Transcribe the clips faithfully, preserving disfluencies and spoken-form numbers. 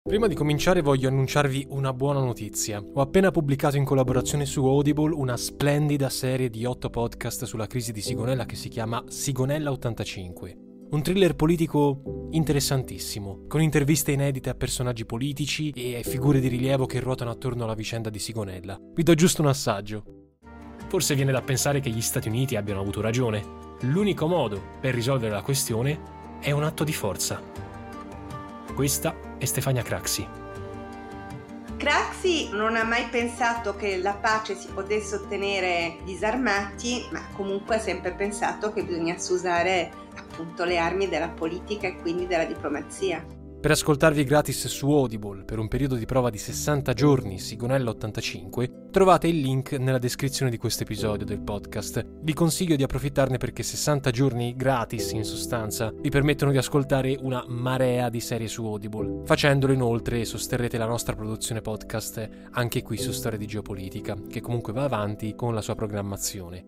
Prima di cominciare voglio annunciarvi una buona notizia. Ho appena pubblicato in collaborazione su Audible una splendida serie di otto podcast sulla crisi di Sigonella che si chiama Sigonella ottantacinque. Un thriller politico interessantissimo, con interviste inedite a personaggi politici e figure di rilievo che ruotano attorno alla vicenda di Sigonella. Vi do giusto un assaggio. Forse viene da pensare che gli Stati Uniti abbiano avuto ragione. L'unico modo per risolvere la questione è un atto di forza. Questa è Stefania Craxi. Craxi non ha mai pensato che la pace si potesse ottenere disarmati, ma comunque ha sempre pensato che bisognasse usare appunto le armi della politica e quindi della diplomazia. Per ascoltarvi gratis su Audible per un periodo di prova di sessanta giorni Sigonella ottantacinque, trovate il link nella descrizione di questo episodio del podcast. Vi consiglio di approfittarne perché sessanta giorni gratis, in sostanza, vi permettono di ascoltare una marea di serie su Audible. Facendolo inoltre sosterrete la nostra produzione podcast anche qui su Storia di Geopolitica, che comunque va avanti con la sua programmazione.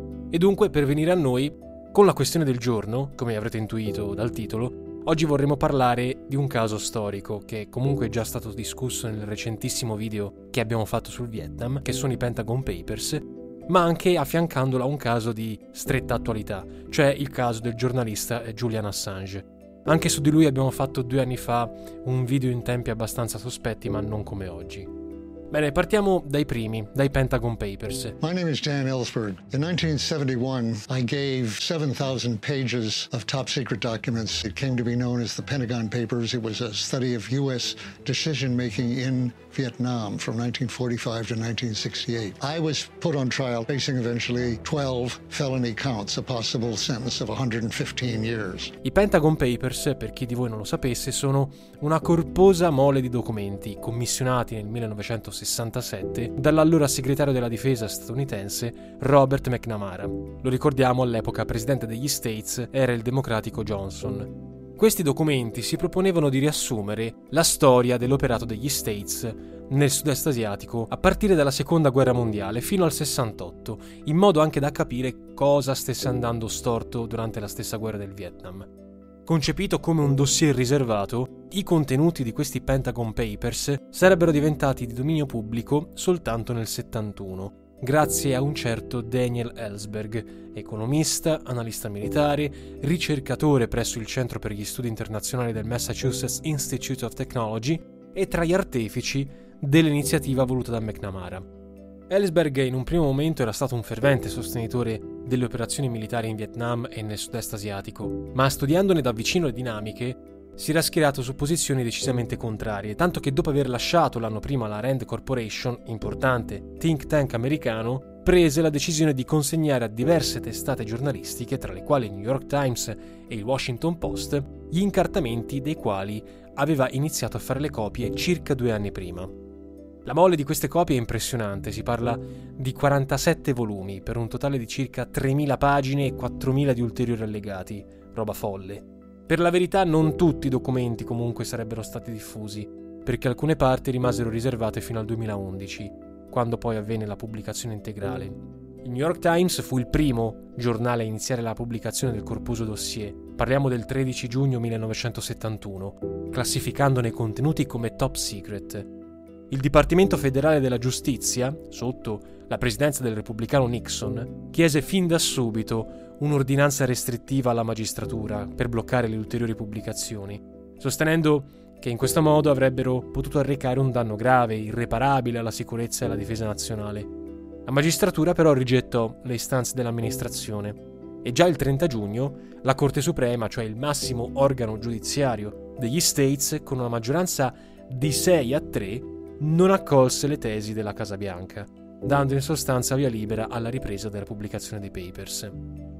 E dunque, per venire a noi, con la questione del giorno, come avrete intuito dal titolo, oggi vorremmo parlare di un caso storico che comunque è già stato discusso nel recentissimo video che abbiamo fatto sul Vietnam, che sono i Pentagon Papers, ma anche affiancandolo a un caso di stretta attualità, cioè il caso del giornalista Julian Assange. Anche su di lui abbiamo fatto due anni fa un video in tempi abbastanza sospetti, ma non come oggi. Bene, partiamo dai primi, dai Pentagon Papers. My name is Dan Ellsberg. In nineteen seventy-one, I gave seven thousand pages of top secret documents. It came to be known as the Pentagon Papers. It was a study of U S decision-making in Vietnam from nineteen forty-five to nineteen sixty-eight. I was put on trial, facing eventually twelve felony counts, a possible sentence of one hundred fifteen years. I Pentagon Papers, per chi di voi non lo sapesse, sono una corposa mole di documenti commissionati nel millenovecentosessantasette dall'allora segretario della difesa statunitense Robert McNamara. Lo ricordiamo, all'epoca presidente degli States era il democratico Johnson. Questi documenti si proponevano di riassumere la storia dell'operato degli States nel sud-est asiatico a partire dalla seconda guerra mondiale fino al sessantotto, in modo anche da capire cosa stesse andando storto durante la stessa guerra del Vietnam. Concepito come un dossier riservato, i contenuti di questi Pentagon Papers sarebbero diventati di dominio pubblico soltanto nel settantuno, grazie a un certo Daniel Ellsberg, economista, analista militare, ricercatore presso il Centro per gli Studi Internazionali del Massachusetts Institute of Technology e tra gli artefici dell'iniziativa voluta da McNamara. Ellsberg in un primo momento era stato un fervente sostenitore delle operazioni militari in Vietnam e nel sud-est asiatico, ma studiandone da vicino le dinamiche si era schierato su posizioni decisamente contrarie, tanto che dopo aver lasciato l'anno prima la Rand Corporation, importante think tank americano, prese la decisione di consegnare a diverse testate giornalistiche, tra le quali il New York Times e il Washington Post, gli incartamenti dei quali aveva iniziato a fare le copie circa due anni prima. La mole di queste copie è impressionante, si parla di quarantasette volumi per un totale di circa tremila pagine e quattromila di ulteriori allegati, roba folle. Per la verità non tutti i documenti comunque sarebbero stati diffusi, perché alcune parti rimasero riservate fino al duemilaundici, quando poi avvenne la pubblicazione integrale. Il New York Times fu il primo giornale a iniziare la pubblicazione del corposo dossier, parliamo del tredici giugno millenovecentosettantuno, classificandone i contenuti come top secret. Il Dipartimento Federale della Giustizia, sotto la presidenza del repubblicano Nixon, chiese fin da subito un'ordinanza restrittiva alla magistratura per bloccare le ulteriori pubblicazioni, sostenendo che in questo modo avrebbero potuto arrecare un danno grave, irreparabile alla sicurezza e alla difesa nazionale. La magistratura però rigettò le istanze dell'amministrazione e già il trenta giugno la Corte Suprema, cioè il massimo organo giudiziario degli States, con una maggioranza di sei a tre, non accolse le tesi della Casa Bianca, dando in sostanza via libera alla ripresa della pubblicazione dei papers.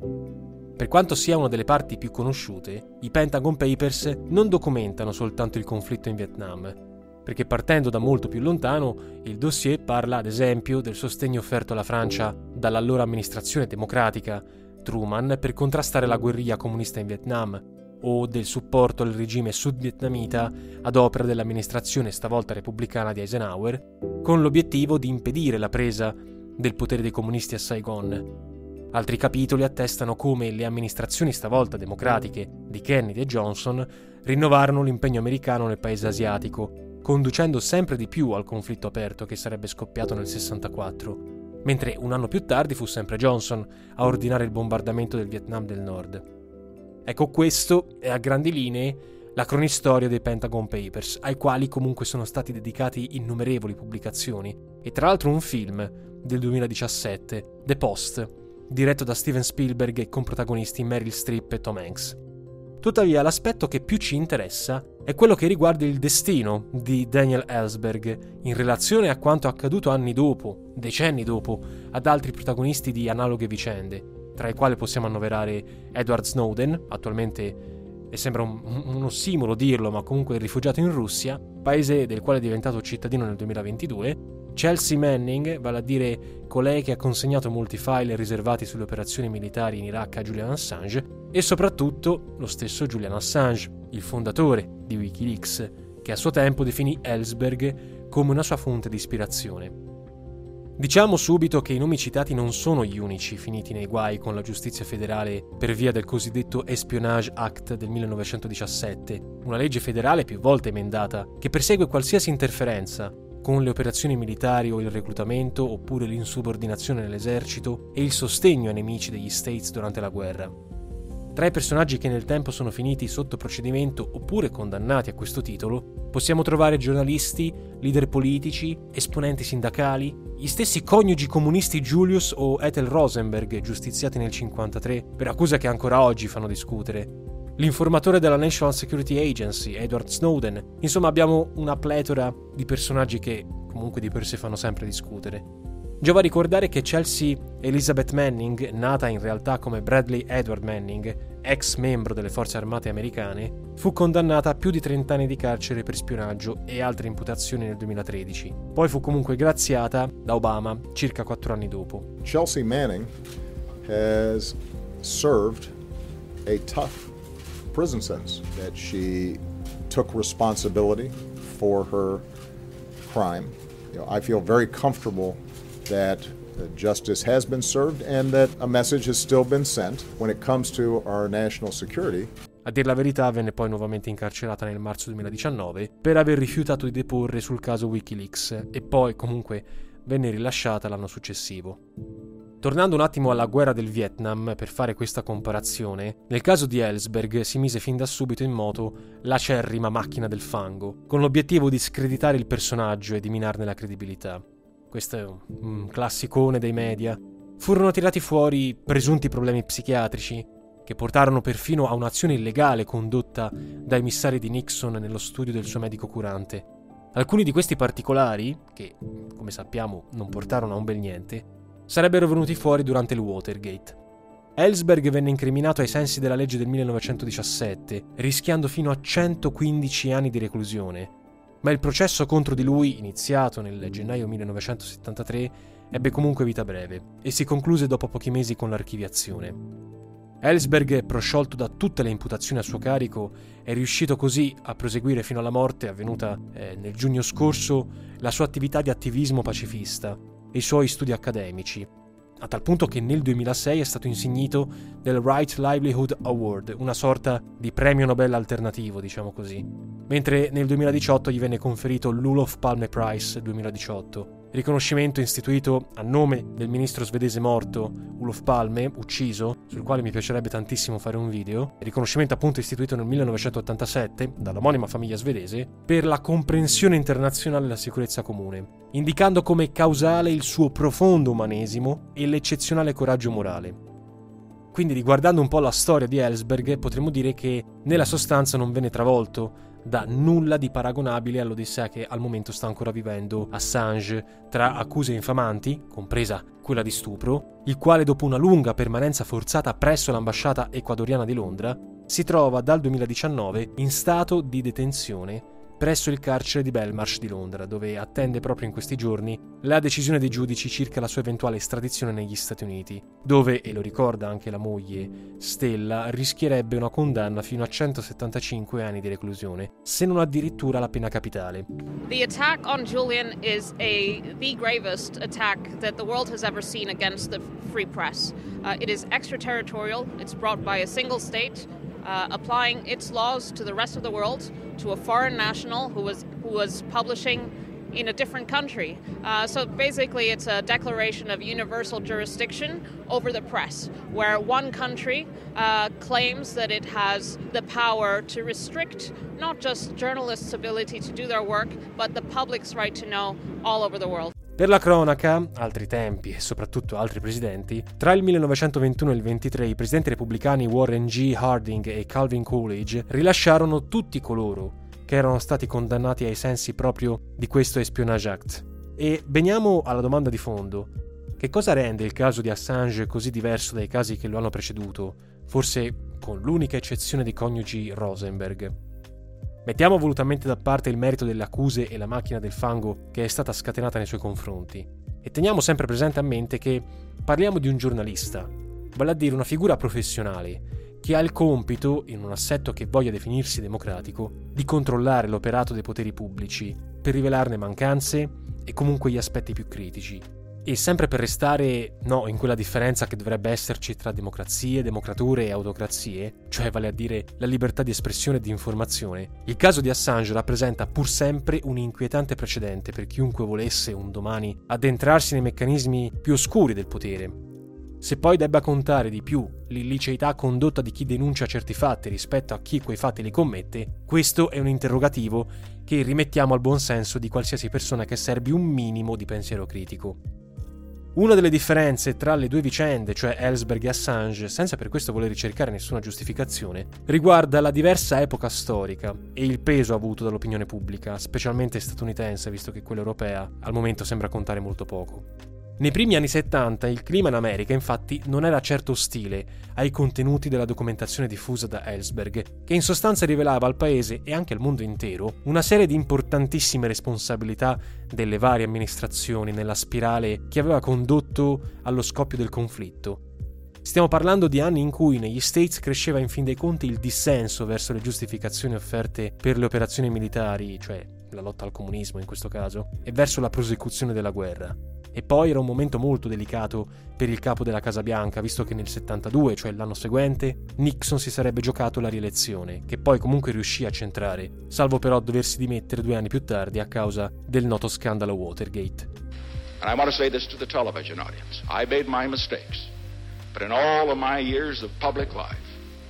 Per quanto sia una delle parti più conosciute, i Pentagon Papers non documentano soltanto il conflitto in Vietnam, perché partendo da molto più lontano, il dossier parla ad esempio del sostegno offerto alla Francia dall'allora amministrazione democratica Truman per contrastare la guerriglia comunista in Vietnam, o del supporto al regime sudvietnamita ad opera dell'amministrazione stavolta repubblicana di Eisenhower, con l'obiettivo di impedire la presa del potere dei comunisti a Saigon. Altri capitoli attestano come le amministrazioni stavolta democratiche di Kennedy e Johnson rinnovarono l'impegno americano nel paese asiatico, conducendo sempre di più al conflitto aperto che sarebbe scoppiato nel sessantaquattro, mentre un anno più tardi fu sempre Johnson a ordinare il bombardamento del Vietnam del Nord. Ecco, questo è a grandi linee la cronistoria dei Pentagon Papers, ai quali comunque sono stati dedicati innumerevoli pubblicazioni, e tra l'altro un film del duemiladiciassette, The Post, diretto da Steven Spielberg e con protagonisti Meryl Streep e Tom Hanks. Tuttavia, l'aspetto che più ci interessa è quello che riguarda il destino di Daniel Ellsberg in relazione a quanto accaduto anni dopo, decenni dopo, ad altri protagonisti di analoghe vicende, tra i quali possiamo annoverare Edward Snowden, attualmente, e sembra un, un ossimoro dirlo, ma comunque è rifugiato in Russia, paese del quale è diventato cittadino nel duemilaventidue, Chelsea Manning, vale a dire colei che ha consegnato molti file riservati sulle operazioni militari in Iraq a Julian Assange, e soprattutto lo stesso Julian Assange, il fondatore di Wikileaks, che a suo tempo definì Ellsberg come una sua fonte di ispirazione. Diciamo subito che i nomi citati non sono gli unici finiti nei guai con la giustizia federale per via del cosiddetto Espionage Act del millenovecentodiciassette, una legge federale più volte emendata che persegue qualsiasi interferenza con le operazioni militari o il reclutamento oppure l'insubordinazione nell'esercito e il sostegno ai nemici degli States durante la guerra. Tra i personaggi che nel tempo sono finiti sotto procedimento oppure condannati a questo titolo, possiamo trovare giornalisti, leader politici, esponenti sindacali, gli stessi coniugi comunisti Julius o Ethel Rosenberg, giustiziati nel cinquantatré per accuse che ancora oggi fanno discutere, l'informatore della National Security Agency, Edward Snowden. Insomma, abbiamo una pletora di personaggi che comunque di per sé fanno sempre discutere. Giova ricordare che Chelsea Elizabeth Manning, nata in realtà come Bradley Edward Manning, ex membro delle forze armate americane, fu condannata a più di trenta anni di carcere per spionaggio e altre imputazioni nel duemilatredici. Poi fu comunque graziata da Obama circa quattro anni dopo. Chelsea Manning has served a tough prison sentence that she took responsibility for her crime. You know, I feel very comfortable that justice has been served and that a message has still been sent when it comes to our national security. A dir la verità, venne poi nuovamente incarcerata nel marzo duemiladiciannove per aver rifiutato di deporre sul caso Wikileaks e poi comunque venne rilasciata l'anno successivo. Tornando un attimo alla guerra del Vietnam per fare questa comparazione, nel caso di Ellsberg si mise fin da subito in moto l'acerrima macchina del fango, con l'obiettivo di screditare il personaggio e di minarne la credibilità. Questo è un classicone dei media. Furono tirati fuori presunti problemi psichiatrici che portarono perfino a un'azione illegale condotta da emissari di Nixon nello studio del suo medico curante. Alcuni di questi particolari, che come sappiamo non portarono a un bel niente, sarebbero venuti fuori durante il Watergate. Ellsberg venne incriminato ai sensi della legge del millenovecentodiciassette, rischiando fino a centoquindici anni di reclusione. Ma il processo contro di lui, iniziato nel gennaio millenovecentosettantatré, ebbe comunque vita breve e si concluse dopo pochi mesi con l'archiviazione. Ellsberg, prosciolto da tutte le imputazioni a suo carico, è riuscito così a proseguire fino alla morte avvenuta eh, nel giugno scorso la sua attività di attivismo pacifista e i suoi studi accademici, a tal punto che nel duemilasei è stato insignito del Right Livelihood Award, una sorta di premio Nobel alternativo, diciamo così, mentre nel duemiladiciotto gli venne conferito l'Olof Palme Prize duemiladiciotto, riconoscimento istituito a nome del ministro svedese morto Olof Palme, ucciso, sul quale mi piacerebbe tantissimo fare un video, riconoscimento appunto istituito nel millenovecentottantasette dall'omonima famiglia svedese per la comprensione internazionale e la sicurezza comune, indicando come causale il suo profondo umanesimo e l'eccezionale coraggio morale. Quindi, riguardando un po' la storia di Ellsberg, potremmo dire che nella sostanza non venne travolto da nulla di paragonabile all'odissea che al momento sta ancora vivendo Assange, tra accuse infamanti, compresa quella di stupro, il quale dopo una lunga permanenza forzata presso l'ambasciata ecuadoriana di Londra si trova dal duemiladiciannove in stato di detenzione presso il carcere di Belmarsh di Londra, dove attende proprio in questi giorni la decisione dei giudici circa la sua eventuale estradizione negli Stati Uniti, dove, e lo ricorda anche la moglie Stella, rischierebbe una condanna fino a centosettantacinque anni di reclusione, se non addirittura la pena capitale. The attack on Julian is a the gravest attack that the world has ever seen against the free press. Uh, it is extraterritorial, it's brought by a single state. uh, applying its laws to the rest of the world, to a foreign national who was who was publishing in a different country. Uh, so basically it's a declaration of universal jurisdiction over the press, where one country uh, claims that it has the power to restrict not just journalists' ability to do their work, but the public's right to know all over the world. Per la cronaca, altri tempi e soprattutto altri presidenti, tra il millenovecentoventuno e il ventitré i presidenti repubblicani Warren G. Harding e Calvin Coolidge rilasciarono tutti coloro che erano stati condannati ai sensi proprio di questo Espionage Act. E veniamo alla domanda di fondo. Che cosa rende il caso di Assange così diverso dai casi che lo hanno preceduto, forse con l'unica eccezione dei coniugi Rosenberg? Mettiamo volutamente da parte il merito delle accuse e la macchina del fango che è stata scatenata nei suoi confronti e teniamo sempre presente a mente che parliamo di un giornalista, vale a dire una figura professionale che ha il compito, in un assetto che voglia definirsi democratico, di controllare l'operato dei poteri pubblici per rivelarne mancanze e comunque gli aspetti più critici. E sempre per restare, no, in quella differenza che dovrebbe esserci tra democrazie, democrature e autocrazie, cioè vale a dire la libertà di espressione e di informazione, il caso di Assange rappresenta pur sempre un inquietante precedente per chiunque volesse un domani addentrarsi nei meccanismi più oscuri del potere. Se poi debba contare di più l'illiceità condotta di chi denuncia certi fatti rispetto a chi quei fatti li commette, questo è un interrogativo che rimettiamo al buon senso di qualsiasi persona che serbi un minimo di pensiero critico. Una delle differenze tra le due vicende, cioè Ellsberg e Assange, senza per questo voler ricercare nessuna giustificazione, riguarda la diversa epoca storica e il peso avuto dall'opinione pubblica, specialmente statunitense, visto che quella europea al momento sembra contare molto poco. Nei primi anni settanta il clima in America infatti non era certo ostile ai contenuti della documentazione diffusa da Ellsberg, che in sostanza rivelava al paese e anche al mondo intero una serie di importantissime responsabilità delle varie amministrazioni nella spirale che aveva condotto allo scoppio del conflitto. Stiamo parlando di anni in cui negli States cresceva in fin dei conti il dissenso verso le giustificazioni offerte per le operazioni militari, cioè la lotta al comunismo in questo caso, e verso la prosecuzione della guerra. E poi era un momento molto delicato per il capo della Casa Bianca, visto che nel settantadue, cioè l'anno seguente, Nixon si sarebbe giocato la rielezione, che poi comunque riuscì a centrare, salvo però doversi dimettere due anni più tardi a causa del noto scandalo Watergate. And I want to say this to the television audience. I made my mistakes, but in all of my years of public life,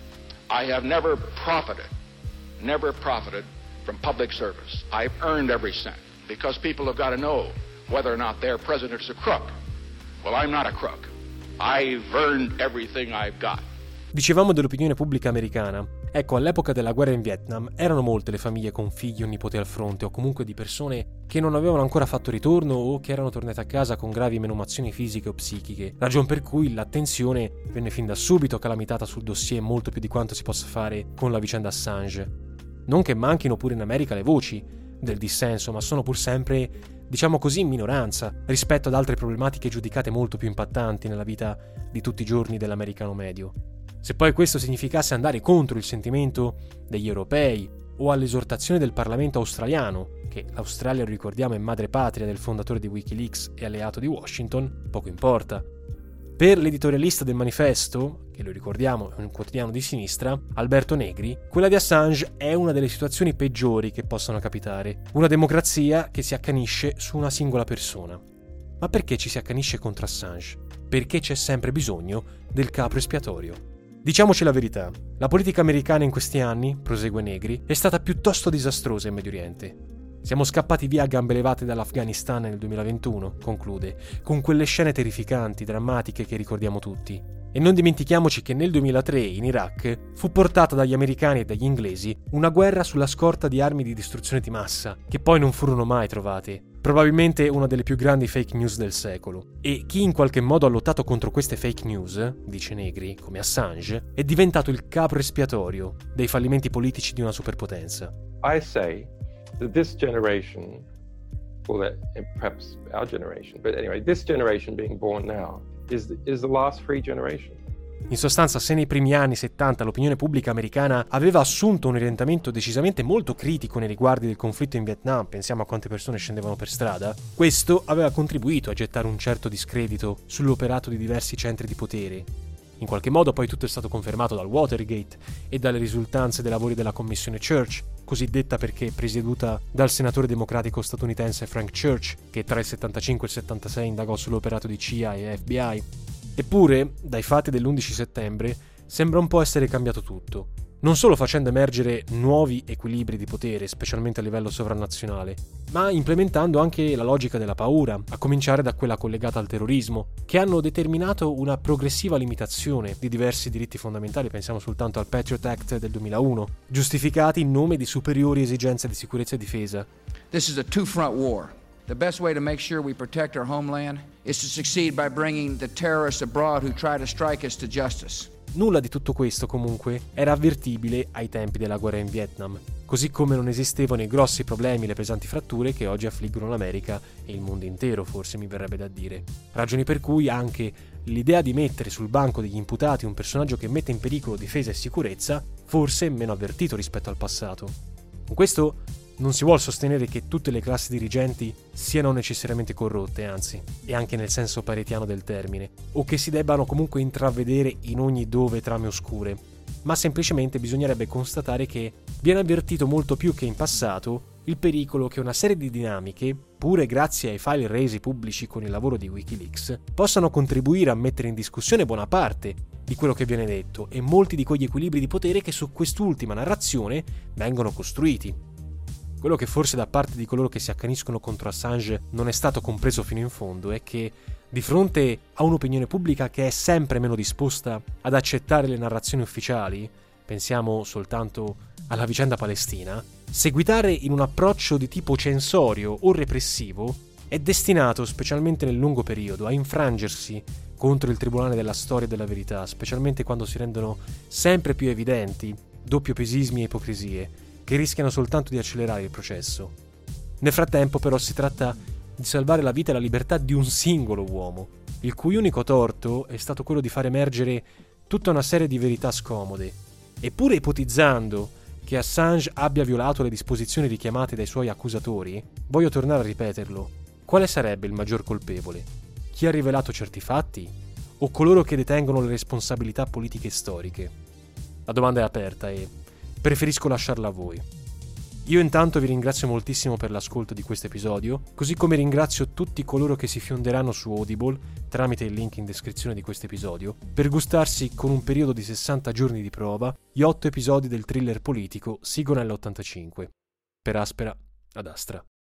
I have never profited, never profited from public service. I've earned every cent, because people have got to know whether or not their president's a crook. Well, I'm not a crook. I've earned everything I've got. Dicevamo dell'opinione pubblica americana. Ecco, all'epoca della guerra in Vietnam erano molte le famiglie con figli o nipoti al fronte, o comunque di persone che non avevano ancora fatto ritorno o che erano tornate a casa con gravi menomazioni fisiche o psichiche, ragion per cui l'attenzione venne fin da subito calamitata sul dossier molto più di quanto si possa fare con la vicenda Assange. Non che manchino pure in America le voci del dissenso, ma sono pur sempre, diciamo così, in minoranza rispetto ad altre problematiche giudicate molto più impattanti nella vita di tutti i giorni dell'americano medio. Se poi questo significasse andare contro il sentimento degli europei o all'esortazione del Parlamento australiano, che l'Australia, lo ricordiamo, è madrepatria del fondatore di Wikileaks e alleato di Washington, poco importa. Per l'editorialista del Manifesto, che lo ricordiamo è un quotidiano di sinistra, Alberto Negri, quella di Assange è una delle situazioni peggiori che possano capitare. Una democrazia che si accanisce su una singola persona. Ma perché ci si accanisce contro Assange? Perché c'è sempre bisogno del capro espiatorio. Diciamoci la verità, la politica americana in questi anni, prosegue Negri, è stata piuttosto disastrosa in Medio Oriente. Siamo scappati via a gambe levate dall'Afghanistan nel duemilaventuno, conclude, con quelle scene terrificanti, drammatiche che ricordiamo tutti. E non dimentichiamoci che nel duemilatré in Iraq fu portata dagli americani e dagli inglesi una guerra sulla scorta di armi di distruzione di massa, che poi non furono mai trovate. Probabilmente una delle più grandi fake news del secolo. E chi in qualche modo ha lottato contro queste fake news, dice Negri, come Assange, è diventato il capro espiatorio dei fallimenti politici di una superpotenza. I say that this generation, or that perhaps our generation, but anyway, this generation being born now is the, is the last free generation. In sostanza, se nei primi anni settanta l'opinione pubblica americana aveva assunto un orientamento decisamente molto critico nei riguardi del conflitto in Vietnam, pensiamo a quante persone scendevano per strada, questo aveva contribuito a gettare un certo discredito sull'operato di diversi centri di potere. In qualche modo poi tutto è stato confermato dal Watergate e dalle risultanze dei lavori della commissione Church, cosiddetta perché presieduta dal senatore democratico statunitense Frank Church, che tra il settantacinque e il settantasei indagò sull'operato di C I A e F B I. Eppure, dai fatti dell'undici settembre, sembra un po' essere cambiato tutto. Non solo facendo emergere nuovi equilibri di potere, specialmente a livello sovranazionale, ma implementando anche la logica della paura, a cominciare da quella collegata al terrorismo, che hanno determinato una progressiva limitazione di diversi diritti fondamentali, pensiamo soltanto al Patriot Act del duemilauno, giustificati in nome di superiori esigenze di sicurezza e difesa. This is a two-front war. The best way to make sure we protect our homeland is to succeed by bringing the terrorists abroad who try to strike us to justice. Nulla di tutto questo, comunque, era avvertibile ai tempi della guerra in Vietnam, così come non esistevano i grossi problemi e le pesanti fratture che oggi affliggono l'America e il mondo intero, forse mi verrebbe da dire. Ragioni per cui anche l'idea di mettere sul banco degli imputati un personaggio che mette in pericolo difesa e sicurezza forse è meno avvertito rispetto al passato. Con questo non si vuol sostenere che tutte le classi dirigenti siano necessariamente corrotte, anzi, e anche nel senso paretiano del termine, o che si debbano comunque intravedere in ogni dove trame oscure, ma semplicemente bisognerebbe constatare che viene avvertito molto più che in passato il pericolo che una serie di dinamiche, pure grazie ai file resi pubblici con il lavoro di Wikileaks, possano contribuire a mettere in discussione buona parte di quello che viene detto e molti di quegli equilibri di potere che su quest'ultima narrazione vengono costruiti. Quello che forse da parte di coloro che si accaniscono contro Assange non è stato compreso fino in fondo è che, di fronte a un'opinione pubblica che è sempre meno disposta ad accettare le narrazioni ufficiali, pensiamo soltanto alla vicenda palestina, seguitare in un approccio di tipo censorio o repressivo è destinato, specialmente nel lungo periodo, a infrangersi contro il tribunale della storia e della verità, specialmente quando si rendono sempre più evidenti doppiopesismi e ipocrisie, che rischiano soltanto di accelerare il processo. Nel frattempo, però, si tratta di salvare la vita e la libertà di un singolo uomo, il cui unico torto è stato quello di far emergere tutta una serie di verità scomode. Eppure ipotizzando che Assange abbia violato le disposizioni richiamate dai suoi accusatori, voglio tornare a ripeterlo. Quale sarebbe il maggior colpevole? Chi ha rivelato certi fatti? O coloro che detengono le responsabilità politiche e storiche? La domanda è aperta e preferisco lasciarla a voi. Io intanto vi ringrazio moltissimo per l'ascolto di questo episodio, così come ringrazio tutti coloro che si fionderanno su Audible, tramite il link in descrizione di questo episodio, per gustarsi con un periodo di sessanta giorni di prova gli otto episodi del thriller politico Sigonella ottantacinque. Per Aspera ad Astra.